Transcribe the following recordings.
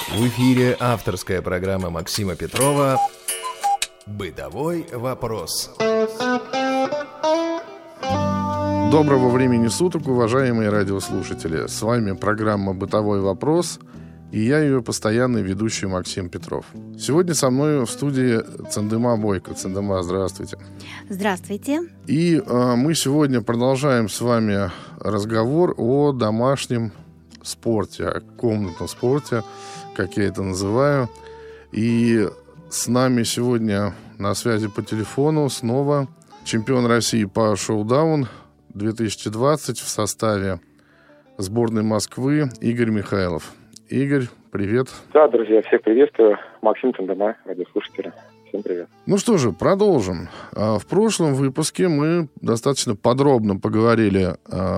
В эфире авторская программа Максима Петрова «Бытовой вопрос». Доброго времени суток, уважаемые радиослушатели. С вами программа «Бытовой вопрос» и я ее постоянный ведущий Максим Петров. Сегодня со мной в студии Цандема Бойко. Цандема, здравствуйте. Здравствуйте. И мы сегодня продолжаем с вами разговор о домашнем спорте, о комнатном спорте, как я это называю. И с нами сегодня на связи по телефону снова чемпион России по шоу-даун 2020 в составе сборной Москвы Игорь Михайлов. Игорь, привет. Да, друзья, всех приветствую. Максим, Цандема, радиослушатели. Всем привет. Ну что же, продолжим. В прошлом выпуске мы достаточно подробно поговорили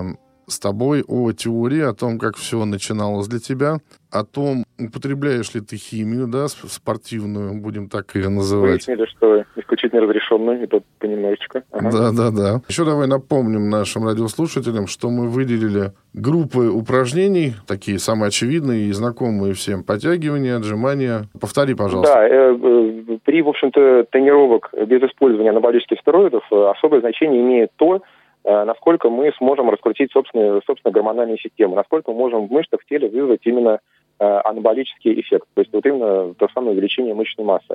с тобой о теории, о том, как все начиналось для тебя, о том, употребляешь ли ты химию, да, спортивную, будем так ее называть. Выяснили, что исключительно разрешенную, и тут понемножечку. Ага. Да. Еще давай напомним нашим радиослушателям, что мы выделили группы упражнений, такие самые очевидные и знакомые всем: подтягивания, отжимания. Повтори, пожалуйста. Да, при, в общем-то, тренировок без использования анаболических стероидов особое значение имеет то, насколько мы сможем раскрутить собственную гормональную систему, насколько мы можем в мышцах в теле вызвать именно анаболический эффект, то есть вот именно то самое увеличение мышечной массы.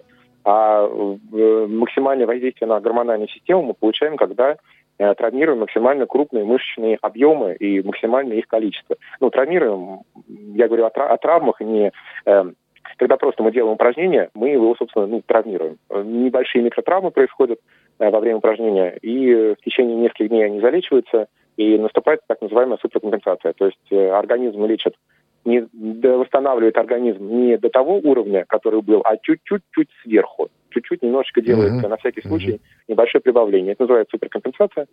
А максимальное воздействие на гормональную систему мы получаем, когда травмируем максимально крупные мышечные объемы и максимальное их количество. Ну, травмируем, я говорю о травмах, не... Когда просто мы делаем упражнение, мы его, собственно, травмируем. Небольшие микротравмы происходят во время упражнения, и в течение нескольких дней они залечиваются, и наступает так называемая суперкомпенсация. То есть организм лечит, восстанавливает организм не до того уровня, который был, а чуть-чуть сверху. Чуть-чуть немножечко делается, на всякий случай, небольшое прибавление. Это называется суперкомпенсация.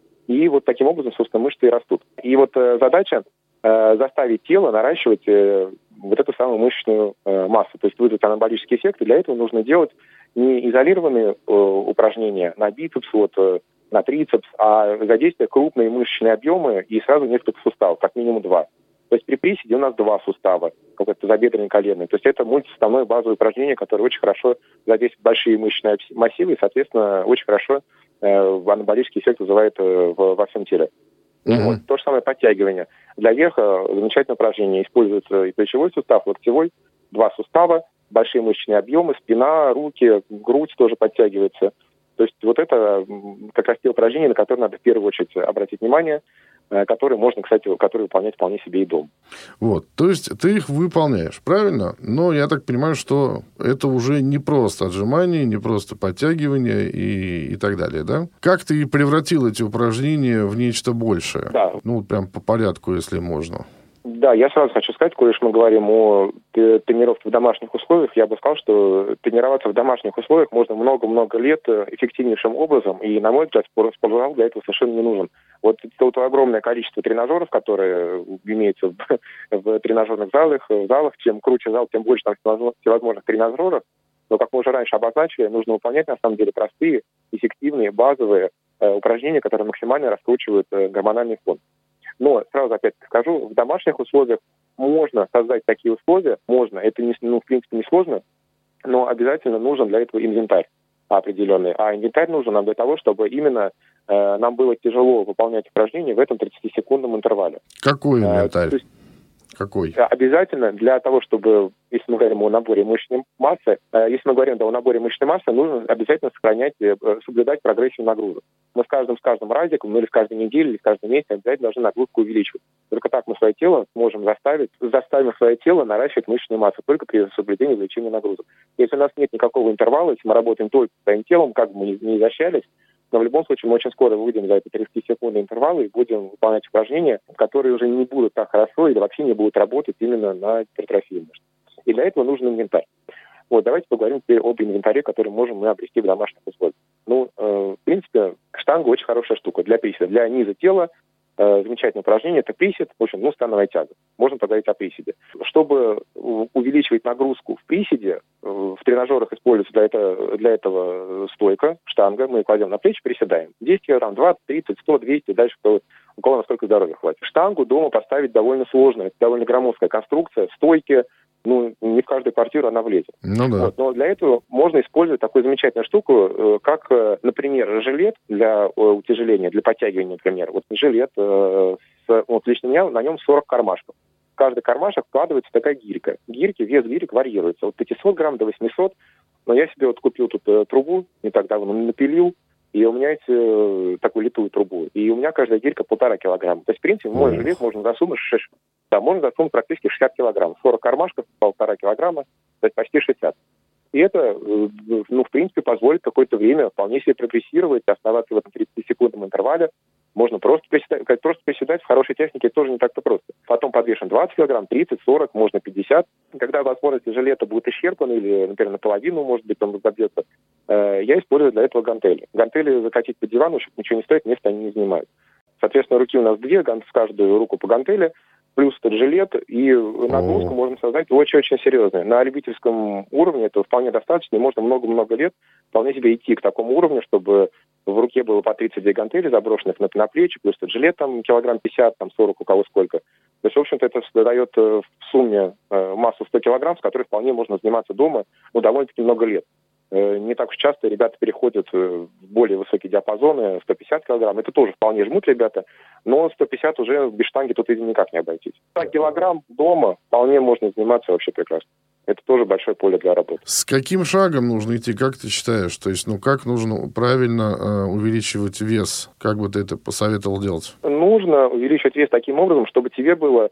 И вот таким образом, собственно, мышцы и растут. И вот задача заставить тело наращивать вот эту самую мышечную массу, то есть вызвать анаболический эффект. И для этого нужно делать не изолированные упражнения на бицепс, на трицепс, а задействовать крупные мышечные объемы и сразу несколько суставов, как минимум 2. То есть при приседе у нас 2 сустава, как это тазобедренный, коленный. То есть это мультисуставное базовое упражнение, которое очень хорошо задействует большие мышечные массивы и, соответственно, очень хорошо анаболический эффект вызывает во всем теле. Вот. То же самое подтягивание. Для верха замечательное упражнение. Используется и плечевой сустав, локтевой, 2 сустава, большие мышечные объемы, спина, руки, грудь тоже подтягивается. То есть вот это как раз те упражнения, на которые надо в первую очередь обратить внимание, которые можно, кстати, выполнять вполне себе и дома. Вот, то есть ты их выполняешь, правильно? Но я так понимаю, что это уже не просто отжимания, не просто подтягивания и так далее, да? Как ты превратил эти упражнения в нечто большее? Да. Ну, прям по порядку, если можно. Да, я сразу хочу сказать, коль мы говорим о тренировке в домашних условиях, я бы сказал, что тренироваться в домашних условиях можно много-много лет эффективнейшим образом, и, на мой взгляд, спортзал для этого совершенно не нужен. Вот то огромное количество тренажеров, которые имеются в тренажерных залах, чем круче зал, тем больше там всевозможных тренажеров, но, как мы уже раньше обозначили, нужно выполнять, на самом деле, простые, эффективные, базовые упражнения, которые максимально раскручивают гормональный фон. Но, сразу опять скажу, в домашних условиях можно создать такие условия, это, в принципе, не сложно, но обязательно нужен для этого инвентарь определенный. А инвентарь нужен нам для того, чтобы именно нам было тяжело выполнять упражнения в этом 30-секундном интервале. Какой инвентарь? Какой? Обязательно для того, чтобы, если мы говорим о наборе мышечной массы, о наборе мышечной массы, нужно обязательно соблюдать прогрессию нагрузок. Мы с каждым разиком, или с каждой неделей, или с каждым месяцем обязательно должны нагрузку увеличивать. Только так мы свое тело сможем заставим свое тело наращивать мышечную массу, только при соблюдении увеличения нагрузок. Если у нас нет никакого интервала, если мы работаем только с своим телом, как бы мы не изощрялись, но в любом случае мы очень скоро выйдем за эти 30-секундные интервалы и будем выполнять упражнения, которые уже не будут так хорошо или вообще не будут работать именно на гипертрофию мышц. И для этого нужен инвентарь. Вот, давайте поговорим теперь об инвентаре, который можем мы обрести в домашних условиях. В принципе, штанга очень хорошая штука для приседа. Для низа тела замечательное упражнение – это присед, в общем, становая тяга. Можно поговорить о приседе. Чтобы увеличивать нагрузку в приседе, в тренажерах используется для этого стойка, штанга, мы ее кладем на плечи, приседаем. 10 килограмм, 20, 30, 100, 200, дальше у кого насколько здоровья хватит. Штангу дома поставить довольно сложно, это довольно громоздкая конструкция, стойки, не в каждую квартиру она влезет. Ну да. Но для этого можно использовать такую замечательную штуку, как, например, жилет для утяжеления, для подтягивания, например. Вот жилет, лично у меня на нем 40 кармашков. В каждый кармашек вкладывается такая гирька. Вес гирек варьируется от 500 грамм до 800. Но я себе купил тут трубу, не так давно напилил, и у меня такую литую трубу. И у меня каждая гирька 1,5 килограмма. То есть, в принципе, в мой жилет можно засунуть практически 60 килограмм. 40 кармашков, 1,5 килограмма, то есть почти 60. И это, в принципе, позволит какое-то время вполне себе прогрессировать, оставаться в этом 30-секундном интервале. Можно просто приседать в хорошей технике, тоже не так-то просто. Потом подвешен 20 килограмм, 30, 40, можно 50. Когда возможности жилета будут исчерпаны, или, например, наполовину, может быть, он забьется, я использую для этого гантели. Гантели закатить по дивану, чтобы ничего не стоит, места они не занимают. Соответственно, руки у нас 2, в каждую руку по гантели, плюс этот жилет, и нагрузку можно создать очень-очень серьезную. На любительском уровне этого вполне достаточно, и можно много-много лет вполне себе идти к такому уровню, чтобы в руке было по 32 гантели, заброшенных на плечи, плюс этот жилет там килограмм 50, там 40, у кого сколько. То есть, в общем-то, это дает в сумме массу 100 килограмм, с которой вполне можно заниматься дома довольно-таки много лет. Не так уж часто ребята переходят в более высокие диапазоны, 150 килограмм. Это тоже вполне жмут ребята, но 150 уже без штанги тут никак не обойтись. 100 килограмм дома вполне можно заниматься вообще прекрасно. Это тоже большое поле для работы. С каким шагом нужно идти, как ты считаешь? То есть, как нужно правильно увеличивать вес? Как бы ты это посоветовал делать? Нужно увеличивать вес таким образом, чтобы тебе было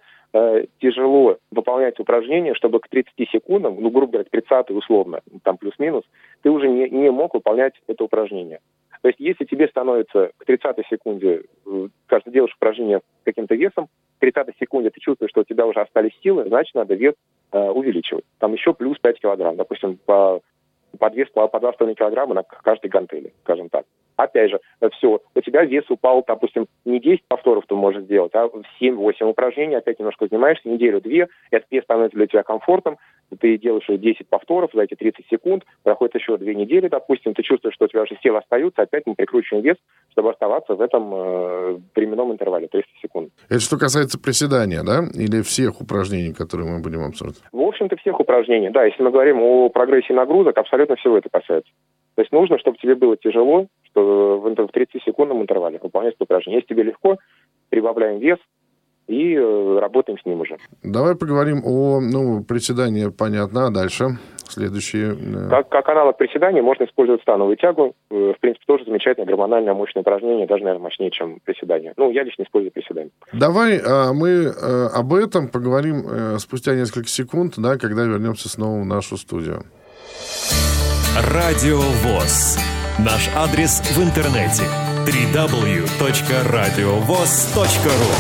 тяжело выполнять упражнения, чтобы к 30 секундам, грубо говоря, к 30 условно, там плюс-минус, ты уже не мог выполнять это упражнение. То есть, если тебе становится к 30 секунде, кажется, делаешь упражнение с каким-то весом, к 30 секунде ты чувствуешь, что у тебя уже остались силы, значит, надо вес увеличивать. Там еще плюс 5 килограмм, допустим, по 2,5 килограмма на каждой гантели, скажем так. Опять же, все, у тебя вес упал, допустим, не 10 повторов ты можешь сделать, а 7-8 упражнений, опять немножко занимаешься, неделю-две, этот вес становится для тебя комфортом, ты делаешь 10 повторов за эти 30 секунд, проходит еще 2 недели, допустим, ты чувствуешь, что у тебя уже силы остаются, опять мы прикручиваем вес, чтобы оставаться в этом временном интервале, 30 секунд. Это что касается приседания, да? Или всех упражнений, которые мы будем обсуждать? В общем-то, всех упражнений, да, если мы говорим о прогрессии нагрузок, абсолютно всего это касается. То есть нужно, чтобы тебе было тяжело, что в 30-секундном интервале выполнять это упражнение. Если тебе легко, прибавляем вес и работаем с ним уже. Давай поговорим о приседании, понятно, а дальше следующие. Как аналог приседания можно использовать становую тягу. В принципе, тоже замечательное гормональное мощное упражнение, даже, наверное, мощнее, чем приседание. Я лично использую приседание. Давай мы об этом поговорим спустя несколько секунд, да, когда вернемся снова в нашу студию. Радио ВОС. Наш адрес в интернете www.radiovoz.ru.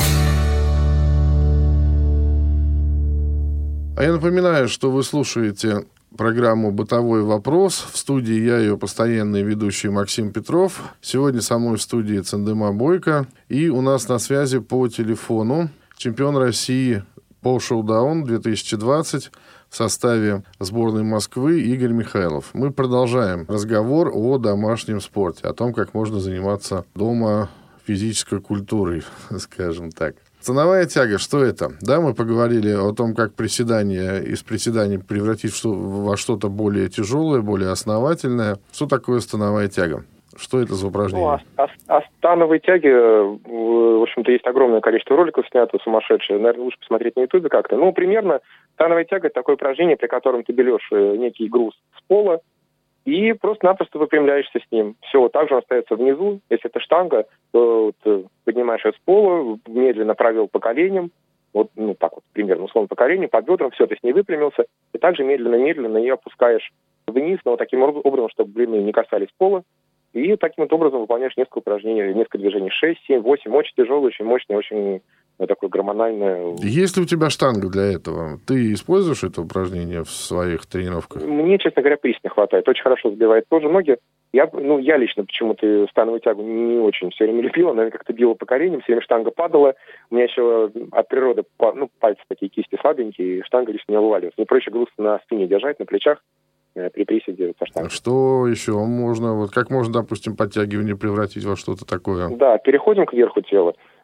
А я напоминаю, что вы слушаете программу «Бытовой вопрос». В студии я, ее постоянный ведущий Максим Петров. Сегодня со мной в студии Цендема Бойко. И у нас на связи по телефону чемпион России по шоу-даун 2020 в составе сборной Москвы Игорь Михайлов. Мы продолжаем разговор о домашнем спорте, о том, как можно заниматься дома физической культурой, скажем так. Становая тяга, что это? Да, мы поговорили о том, как приседание из приседаний превратить во что-то более тяжелое, более основательное. Что такое становая тяга? Что это за упражнение? О становой тяге, в общем-то, есть огромное количество роликов снято, сумасшедшие. Наверное, лучше посмотреть на Ютубе как-то. Примерно становая тяга – это такое упражнение, при котором ты берешь некий груз с пола и просто-напросто выпрямляешься с ним. Все, также он остается внизу. Если это штанга, то ты поднимаешь ее с пола, медленно провел по коленям, примерно, условно, по коленям, под бедром, все, ты с ней выпрямился, и также медленно-медленно ее опускаешь вниз, но таким образом, чтобы блины не касались пола. И таким вот образом выполняешь несколько упражнений, несколько движений, 6, 7, 8, очень тяжелое, очень мощное, очень такое гормональное. Есть ли у тебя штанга для этого? Ты используешь это упражнение в своих тренировках? Мне, честно говоря, приз не хватает. Очень хорошо сбивает тоже ноги. Я лично почему-то становую тягу не очень все время любил. Она как-то била по коленям, все время штанга падала. У меня еще от природы пальцы такие, кисти слабенькие, и штанга лишь не вываливалась. Мне проще груз на спине держать, на плечах, при приседе со штангой. Что еще можно, как можно, допустим, подтягивание превратить во что-то такое? Да, переходим к верху тела.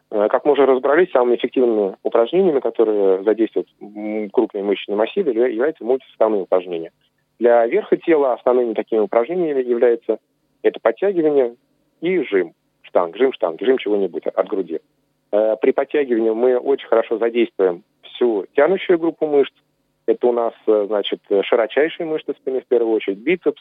Как мы уже разобрались, самыми эффективными упражнениями, которые задействуют крупные мышечные массивы, являются мультисоставные упражнения. Для верха тела основными такими упражнениями являются это подтягивание и жим штанги, жим чего-нибудь от груди. При подтягивании мы очень хорошо задействуем всю тянущую группу мышц. Это у нас, значит, широчайшие мышцы спины, в первую очередь, бицепс,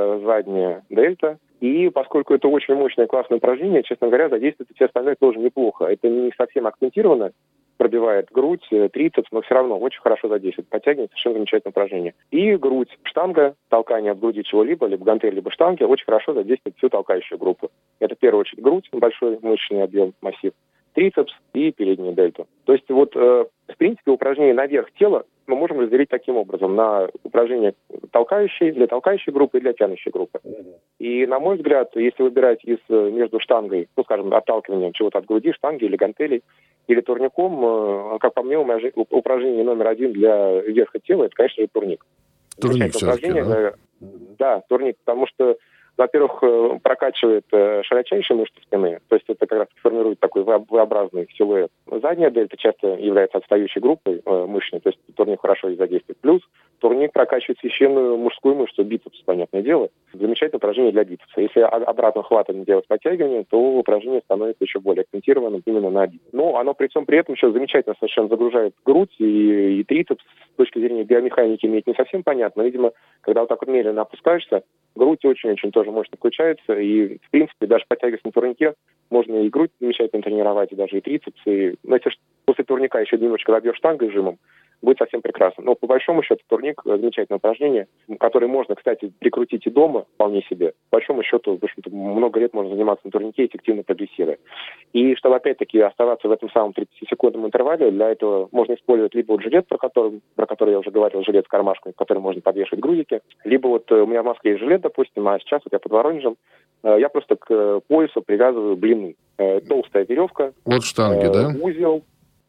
задняя дельта. И поскольку это очень мощное классное упражнение, честно говоря, задействует все остальные тоже неплохо. Это не совсем акцентированно, пробивает грудь, трицепс, но все равно очень хорошо задействует. Подтягивание — совершенно замечательное упражнение. И грудь, штанга, толкание от груди чего-либо, либо гантель, либо штанги, очень хорошо задействует всю толкающую группу. Это в первую очередь грудь, большой мышечный объем, массив, трицепс и переднюю дельту. То есть вот, в принципе, упражнения наверх тела мы можем разделить таким образом на упражнения толкающие, для толкающей группы и для тянущей группы. И, на мой взгляд, если выбирать между штангой, ну, скажем, отталкиванием чего-то от груди, штанги или гантелей, или турником, как по мне, упражнение номер один для верха тела — это, конечно же, турник. Турник все-таки, да? Да, турник, потому что, во-первых, прокачивает широчайшие мышцы спины, то есть это как раз формирует такой V-образный силуэт. Задняя дельта часто является отстающей группой мышечной, то есть турник хорошо их задействует. Плюс турник прокачивает священную мужскую мышцу, бицепс, понятное дело. Замечательное упражнение для бицепса. Если обратно хватом делать подтягивание, то упражнение становится еще более акцентированным именно на бицепс. Но оно при всем при этом еще замечательно совершенно загружает грудь и трицепс. С точки зрения биомеханики иметь не совсем понятно. Но, видимо, когда вот так вот медленно опускаешься, грудь очень-очень тоже мощно включается. И, в принципе, даже подтягиваясь на турнике, можно и грудь замечательно тренировать, и даже и трицепс. Но если после турника еще немножечко добьешь штангой жимом, будет совсем прекрасно. Но по большому счету турник — замечательное упражнение, которое можно, кстати, прикрутить и дома вполне себе. По большому счету, в общем-то, много лет можно заниматься на турнике, эффективно прогрессируя. И чтобы, опять-таки, оставаться в этом самом 30-секундном интервале, для этого можно использовать либо вот жилет, про который я уже говорил, жилет с кармашками, в который можно подвешивать грузики, либо вот у меня в Москве есть жилет, допустим, а сейчас вот я под Воронежем, я просто к поясу привязываю блины. Толстая веревка. От штанги, да? Узел.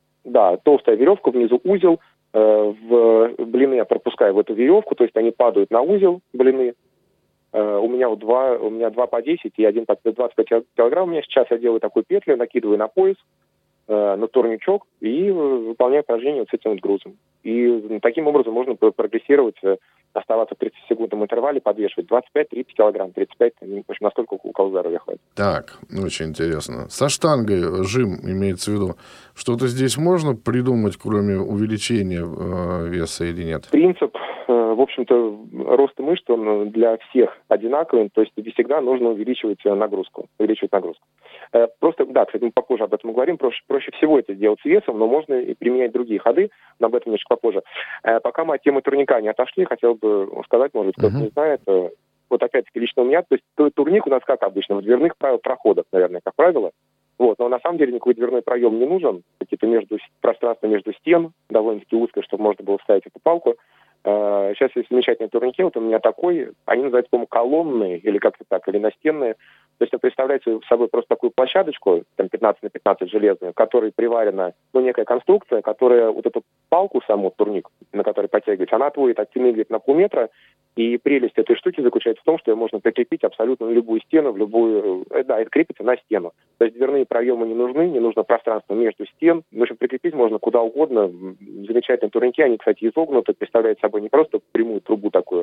Да, толстая веревка, внизу узел. В блины я пропускаю в эту веревку, то есть они падают на узел, блины. У меня два по 10 и один по 25 килограмм. У меня сейчас я делаю такую петлю, накидываю на пояс, на турничок и выполняю упражнение вот с этим вот грузом. И таким образом можно прогрессировать, оставаться в 30-секундном интервале, подвешивать 25-30 килограмм, 35, в общем, насколько у кого здоровья хватит. Так, очень интересно. Со штангой жим имеется в виду. Что-то здесь можно придумать, кроме увеличения веса или нет? Принцип, в общем-то, роста мышц, он для всех одинаковый, то есть всегда нужно увеличивать нагрузку. Просто, да, кстати, мы попозже об этом говорим, проще всего это сделать с весом, но можно и применять другие ходы, но об этом немножко попозже. Пока мы от темы турника не отошли, хотел бы сказать, может, кто-то не знает, вот опять-таки лично у меня, то есть турник у нас как обычно, в дверных проходах, наверное, как правило, вот, но на самом деле никакой дверной проем не нужен, какие-то пространства между стен, довольно-таки узкое, чтобы можно было вставить эту палку. Сейчас есть замечательные турники, вот у меня такой, они называются, по-моему, колонные, или как-то так, или настенные. То есть представляете собой просто такую площадочку, там 15 на 15 железную, в которой приварена, некая конструкция, которая вот эту палку, саму турник, на которой подтягивается, она отводит от стены где-то на полметра, и прелесть этой штуки заключается в том, что ее можно прикрепить абсолютно на любую стену, это крепится на стену. То есть дверные проемы не нужны, не нужно пространство между стен. В общем, прикрепить можно куда угодно. Замечательные турники, они, кстати, изогнуты, представляют собой не просто прямую трубу такую,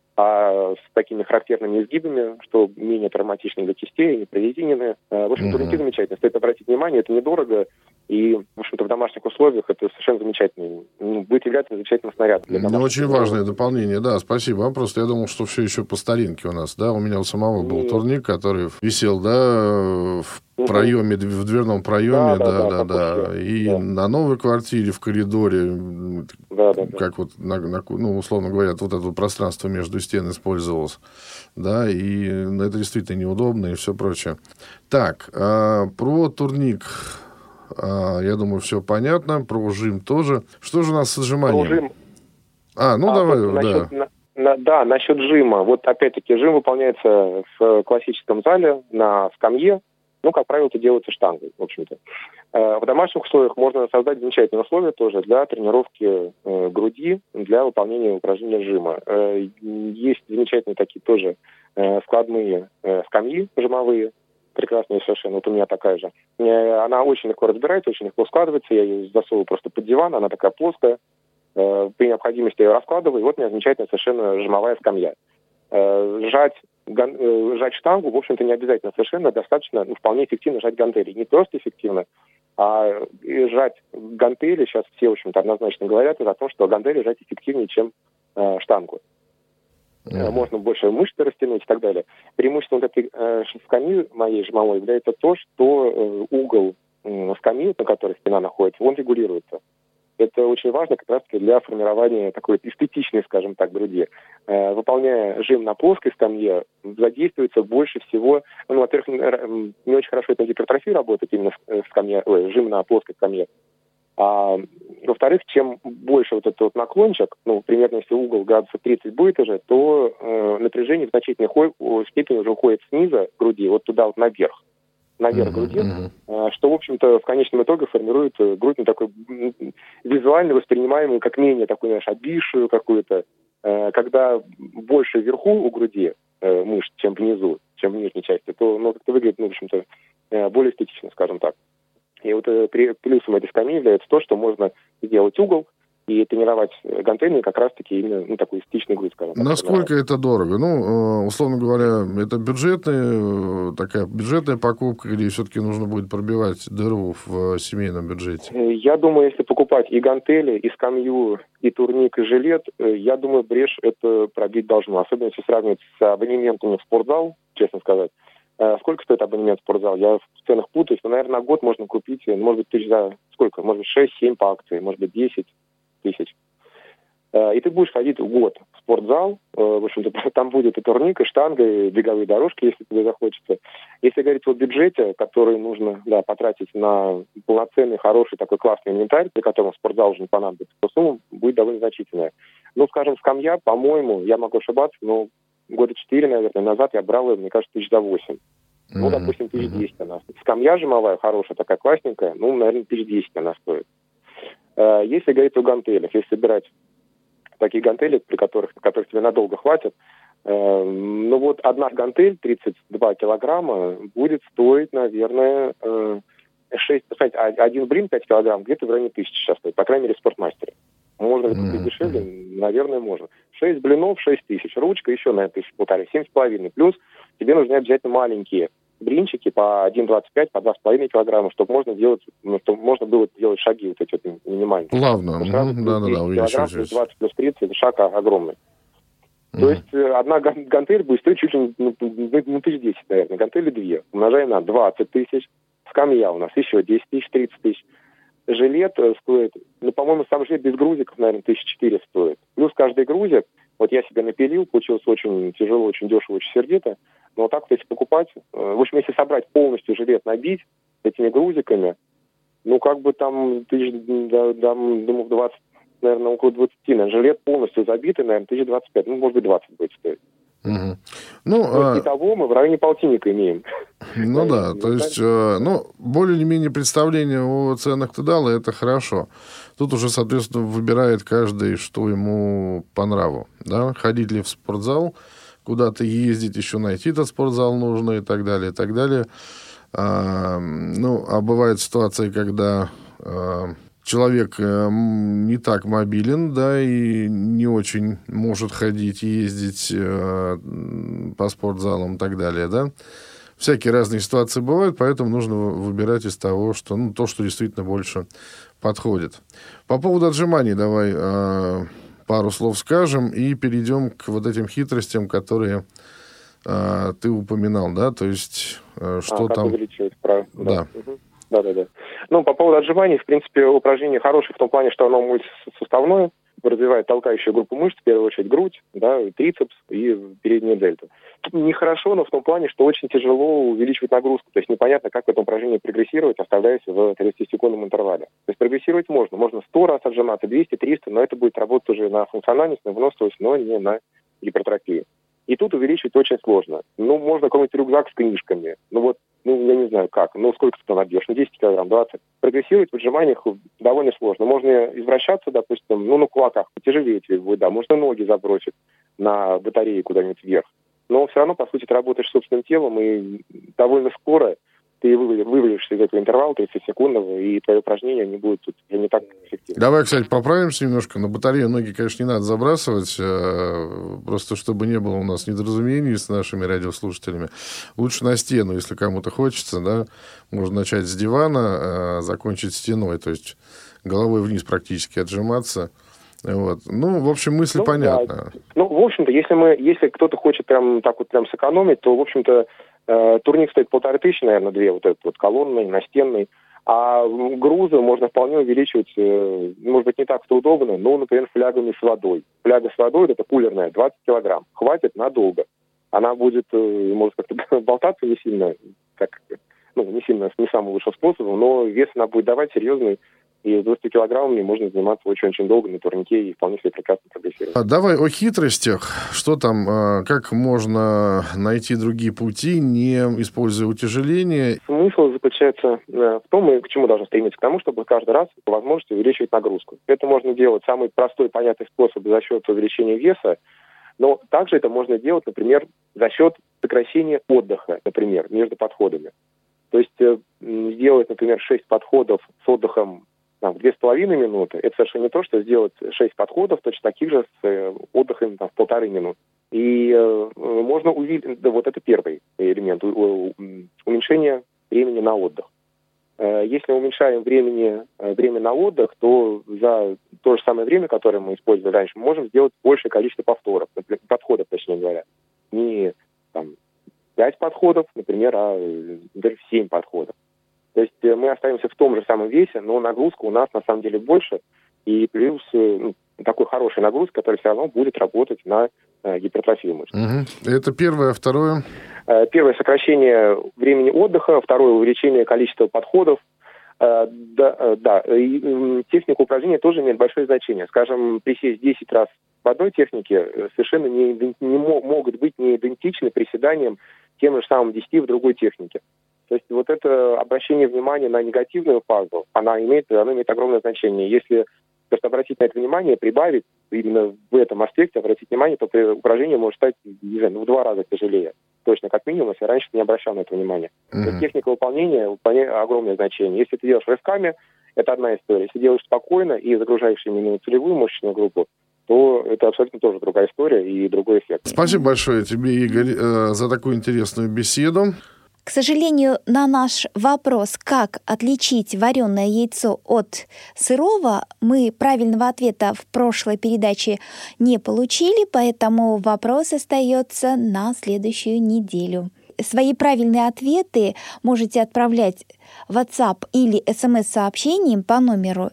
а с такими характерными изгибами, что менее травматичны для кистей, не прорезиненные. В общем, турники замечательные. Стоит обратить внимание, это недорого. И, в общем-то, в домашних условиях это совершенно замечательно. Будет являться замечательным снарядом. Очень важное дополнение, да, спасибо. Просто я думал, что все еще по старинке у нас, да. У меня у самого был турник, который висел, да, в проеме, в дверном проеме, да. И на новой квартире в коридоре, как вот, условно говоря, вот это пространство между стен использовалось, да, и это действительно неудобно и все прочее. Так, про турник... я думаю, все понятно. Про жим тоже. Что же у нас с отжиманием? Давай. Насчет жима. Вот опять-таки жим выполняется в классическом зале на скамье. Как правило, это делается штангой, в общем-то. В домашних условиях можно создать замечательные условия тоже для тренировки груди, для выполнения упражнения жима. Есть замечательные такие тоже складные скамьи жимовые. прекрасная совершенно, вот у меня такая же. Она очень легко разбирается, очень легко складывается, я ее засовываю просто под диван, она такая плоская, при необходимости ее раскладываю, и вот у меня замечательная совершенно жимовая скамья. Сжать штангу, в общем-то, не обязательно совершенно, достаточно, вполне эффективно сжать гантели. Не просто эффективно, а сжать гантели, сейчас все, в общем-то, однозначно говорят о том, что гантели сжать эффективнее, чем штангу. Можно больше мышцы растянуть и так далее. Преимуществом вот этой скамьи моей жимовой является то, что угол скамьи, на которой спина находится, он регулируется. Это очень важно как раз-таки для формирования такой эстетичной, скажем так, груди. Выполняя жим на плоской скамье, задействуется больше всего... во-первых, не очень хорошо это на гипертрофии работает, именно жим на плоской скамье. А во-вторых, чем больше вот этот вот наклончик, примерно если угол градусов 30 будет уже, то напряжение в значительной степени уже уходит снизу груди, вот туда вот наверх груди, что, в общем-то, в конечном итоге формирует грудь такой визуально воспринимаемую, как менее такую, знаешь, обвисшую какую-то, когда больше вверху у груди мышц, чем внизу, чем в нижней части, то как-то выглядит, в общем-то, более эстетично, скажем так. И вот плюсом этой скамьи является то, что можно сделать угол и тренировать гантельные как раз-таки именно такую эстетичную грудь, скажем так. Насколько это дорого? Условно говоря, это бюджетная покупка, или все-таки нужно будет пробивать дыру в семейном бюджете? Я думаю, если покупать и гантели, и скамью, и турник, и жилет, я думаю, брешь это пробить должно. Особенно если сравнивать с абонементами в спортзал, честно сказать. Сколько стоит абонемент в спортзал? Я в ценах путаюсь, но, наверное, на год можно купить, может быть, тысяч за сколько? Может быть, 6-7 по акции, может быть, 10 тысяч. И ты будешь ходить в год в спортзал, в общем-то, там будет и турник, и штанга, и беговые дорожки, если тебе захочется. Если говорить о бюджете, который нужно потратить на полноценный, хороший, такой классный инвентарь, для которого спортзал уже не понадобится, то сумма будет довольно значительная. Скажем, скамья, по-моему, я могу ошибаться, но года 4, наверное, назад я брал ее, мне кажется, тысяч за 8. Допустим, 1010 она. Скамья жимовая, хорошая, такая классненькая, наверное, 1010 она стоит. Если говорить о гантелях, если брать такие гантели, которых тебе надолго хватит, одна гантель 32 килограмма будет стоить, наверное, 6... Смотрите, один блин 5 килограмм где-то в районе 1000 сейчас стоит, по крайней мере, в спортмастере. Можно ли купить дешевле? Наверное, можно. 6 блинов, 6000. Ручка еще, наверное, 1500, 7,5. Плюс тебе нужны обязательно маленькие блинчики по 1,25, по 2,5 килограмма, чтобы можно было делать шаги вот эти вот минимальные. Плавно. Да, увеличивать. 20 плюс 30, это шаг огромный. То есть одна гантель будет стоить чуть ли не 1010, наверное. Гантели 2. Умножаем на 20 тысяч. Скамья у нас еще 10 тысяч, 30 тысяч. Жилет стоит, по-моему, сам жилет без грузиков, наверное, 1400 стоит. Плюс каждый грузик, вот я себе напилил, получилось очень тяжело, очень дешево, очень сердито. Но вот так вот если покупать, в общем, если собрать полностью жилет, набить этими грузиками, там думаю, 20, наверное, около 20. Жилет полностью забитый, наверное, 1025, может быть, 20 будет стоить. Итого мы в районе полтинника имеем. То есть, более или менее представление о ценах ты дал, и это хорошо. Тут уже, соответственно, выбирает каждый, что ему по нраву. Да? Ходить ли в спортзал, куда-то ездить, еще найти этот спортзал нужно и так далее, и так далее. А бывает ситуация, когда человек не так мобилен, да, и не очень может ходить, ездить по спортзалам и так далее, да. Всякие разные ситуации бывают, поэтому нужно выбирать из того, что, то, что действительно больше подходит. По поводу отжиманий давай пару слов скажем и перейдем к вот этим хитростям, которые ты упоминал, да, то есть что там... увеличивать, правильно. Да. Да. По поводу отжиманий, в принципе, упражнение хорошее в том плане, что оно мультисуставное, развивает толкающую группу мышц, в первую очередь грудь, да, и трицепс, и переднюю дельту. Нехорошо, но в том плане, что очень тяжело увеличивать нагрузку. То есть непонятно, как в этом упражнении прогрессировать, оставляясь в 30-секундном интервале. То есть прогрессировать можно 100 раз отжиматься, 200, 300, но это будет работать уже на функциональность, на выносливость, но не на гипертрофию. И тут увеличивать очень сложно. Можно какой-нибудь рюкзак с книжками. Я не знаю как. Сколько ты набьешь? 10 килограмм, 20. Прогрессировать в отжиманиях довольно сложно. Можно извращаться, допустим, на кулаках, потяжелее тебе будет, да. Можно ноги забросить на батареи куда-нибудь вверх. но все равно, по сути, ты работаешь собственным телом, и довольно скоро ты вывалишься из этого интервала 30-секундного, и твое упражнение не будет тут не так эффективно. Давай, кстати, поправимся немножко. На батарею ноги, конечно, не надо забрасывать, просто чтобы не было у нас недоразумений с нашими радиослушателями. Лучше на стену, если кому-то хочется, да, можно начать с дивана, закончить стеной, то есть головой вниз практически отжиматься. Вот. Ну, в общем, мысль понятна. Да. Ну, в общем-то, если кто-то хочет прям так вот прям сэкономить, то, в общем-то, турник стоит 1500, наверное, 2, вот этот вот колонный, настенный, а грузы можно вполне увеличивать, может быть, не так-то удобно, но, например, флягами с водой. Фляга с водой, это кулерная, 20 килограмм, хватит надолго. Она будет, может, как-то болтаться не сильно, не самым лучшим способом, но вес она будет давать серьезный, и с 20 килограммами можно заниматься очень-очень долго на турнике и вполне себе прекрасно прогрессировать. Давай о хитростях. Что там, как можно найти другие пути, не используя утяжеление? Смысл заключается в том, и к чему должны стремиться, к тому, чтобы каждый раз по возможности увеличивать нагрузку. Это можно делать самый простой, понятный способ за счет увеличения веса, но также это можно делать, например, за счет сокращения отдыха, например, между подходами. То есть сделать, например, 6 подходов с отдыхом в 2,5 минуты, это совершенно не то, что сделать 6 подходов, точно таких же с отдыхом в 1,5 минуты. И можно увеличить, вот это первый элемент, уменьшение времени на отдых. Если мы уменьшаем время на отдых, то за то же самое время, которое мы использовали раньше, мы можем сделать большее количество подходов, точнее говоря. Не 5 подходов, например, а даже 7 подходов. То есть мы остаемся в том же самом весе, но нагрузка у нас на самом деле больше, и плюс такой хорошей нагрузки, которая все равно будет работать на гипертрофию мышц. Угу. Это первое. Второе? Первое — сокращение времени отдыха, второе — увеличение количества подходов. И техника упражнения тоже имеет большое значение. Скажем, присесть 10 раз в одной технике совершенно не могут быть не идентичны приседаниям тем же самым 10 в другой технике. То есть вот это обращение внимания на негативную фазу, оно имеет огромное значение. Если просто обратить на это внимание, прибавить именно в этом аспекте, обратить внимание, то упражнение может стать, в 2 раза тяжелее. Точно, как минимум, если раньше ты не обращал на это внимания. То есть техника выполнения огромное значение. Если ты делаешь рывками, это одна история. Если делаешь спокойно и загружаешь именно целевую мышечную группу, то это абсолютно тоже другая история и другой эффект. Спасибо большое тебе, Игорь, за такую интересную беседу. К сожалению, на наш вопрос, как отличить вареное яйцо от сырого, мы правильного ответа в прошлой передаче не получили, поэтому вопрос остается на следующую неделю. Свои правильные ответы можете отправлять в WhatsApp или SMS-сообщением по номеру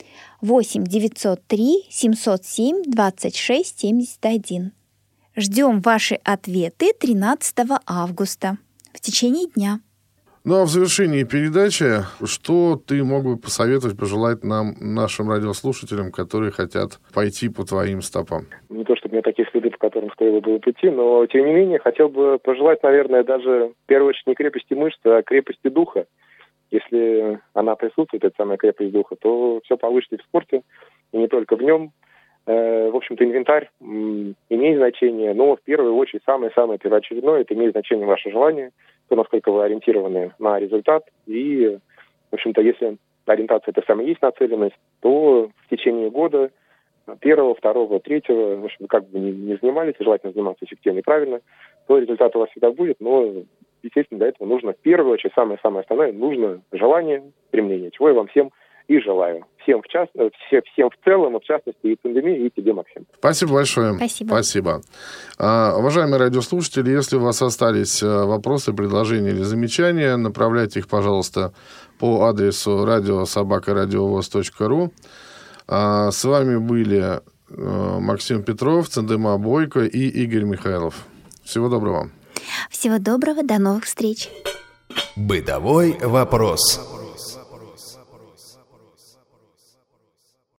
8 903 707 26 71. Ждем ваши ответы 13 августа. В течение дня. Ну, а в завершении передачи, что ты мог бы посоветовать, пожелать нам, нашим радиослушателям, которые хотят пойти по твоим стопам? Не то, чтобы у меня такие следы, по которым стоило бы идти, но, тем не менее, хотел бы пожелать, наверное, даже, в первую очередь, не крепости мышц, а крепости духа. Если она присутствует, эта самая крепость духа, то все получится и в спорте, и не только в нем. В общем-то, инвентарь имеет значение, но в первую очередь самое-самое первоочередное, это имеет значение ваше желание, то, насколько вы ориентированы на результат. И, в общем-то, если ориентация это самая есть нацеленность, то в течение года, 1, 2, 3, в общем, как бы не занимались, желательно заниматься эффективно и правильно, то результат у вас всегда будет, но, естественно, для этого нужно в первую очередь, самое-самое основное, нужно желание, стремление, чего я вам всем и желаю. Всем в целом, в частности, и пандемии, и тебе, Максим. Спасибо большое. Спасибо. Уважаемые радиослушатели, если у вас остались вопросы, предложения или замечания, направляйте их, пожалуйста, по адресу radio@radiovoz.ru. С вами были Максим Петров, Цендема Бойко и Игорь Михайлов. Всего доброго. Всего доброго, до новых встреч. Бытовой вопрос.